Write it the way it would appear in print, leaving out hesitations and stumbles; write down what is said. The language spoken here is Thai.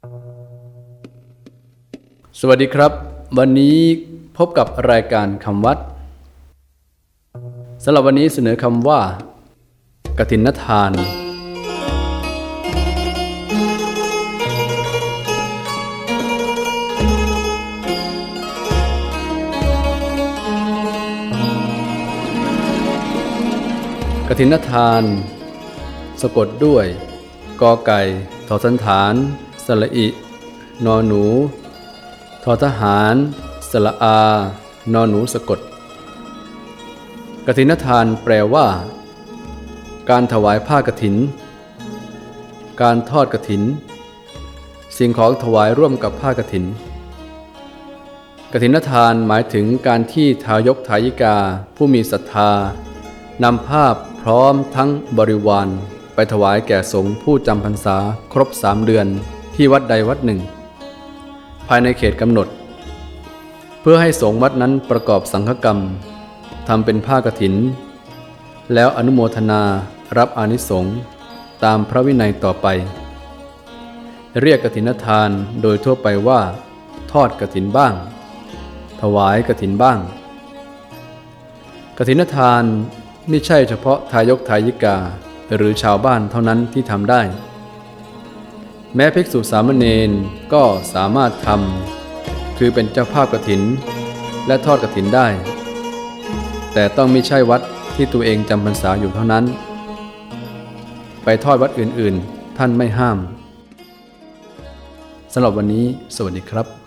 สวัสดีครับวันนี้พบกับรายการคำวัดสำหรับวันนี้เสนอคำว่ากฐินทานกฐินทานสะกดด้วยกอไก่ทอสันฐานสระอินอหนูทอทหารสระอานอหนูสะกดกฐินทานแปลว่าการถวายผ้ากฐินการทอดกฐินสิ่งของถวายร่วมกับผ้ากฐินกฐินทานหมายถึงการที่ทายกทายิกาผู้มีศรัทธานำผ้าพร้อมทั้งบริวารไปถวายแก่สงฆ์ผู้จำพรรษาครบ3 เดือนที่วัดใดวัดหนึ่งภายในเขตกำหนดเพื่อให้สงฆ์วัดนั้นประกอบสังฆกรรมทำเป็นผ้ากฐินแล้วอนุโมทนารับอานิสงส์ตามพระวินัยต่อไปเรียกกฐินทานโดยทั่วไปว่าทอดกฐินบ้างถวายกฐินบ้างกฐินทานไม่ใช่เฉพาะทายกทายิกาหรือชาวบ้านเท่านั้นที่ทำได้แม้ภิกษุสามเณรก็สามารถทำคือเป็นเจ้าภาพกฐินและทอดกฐินได้แต่ต้องไม่ใช่วัดที่ตัวเองจำพรรษาอยู่เท่านั้นไปทอดวัดอื่นๆท่านไม่ห้ามสำหรับวันนี้สวัสดีครับ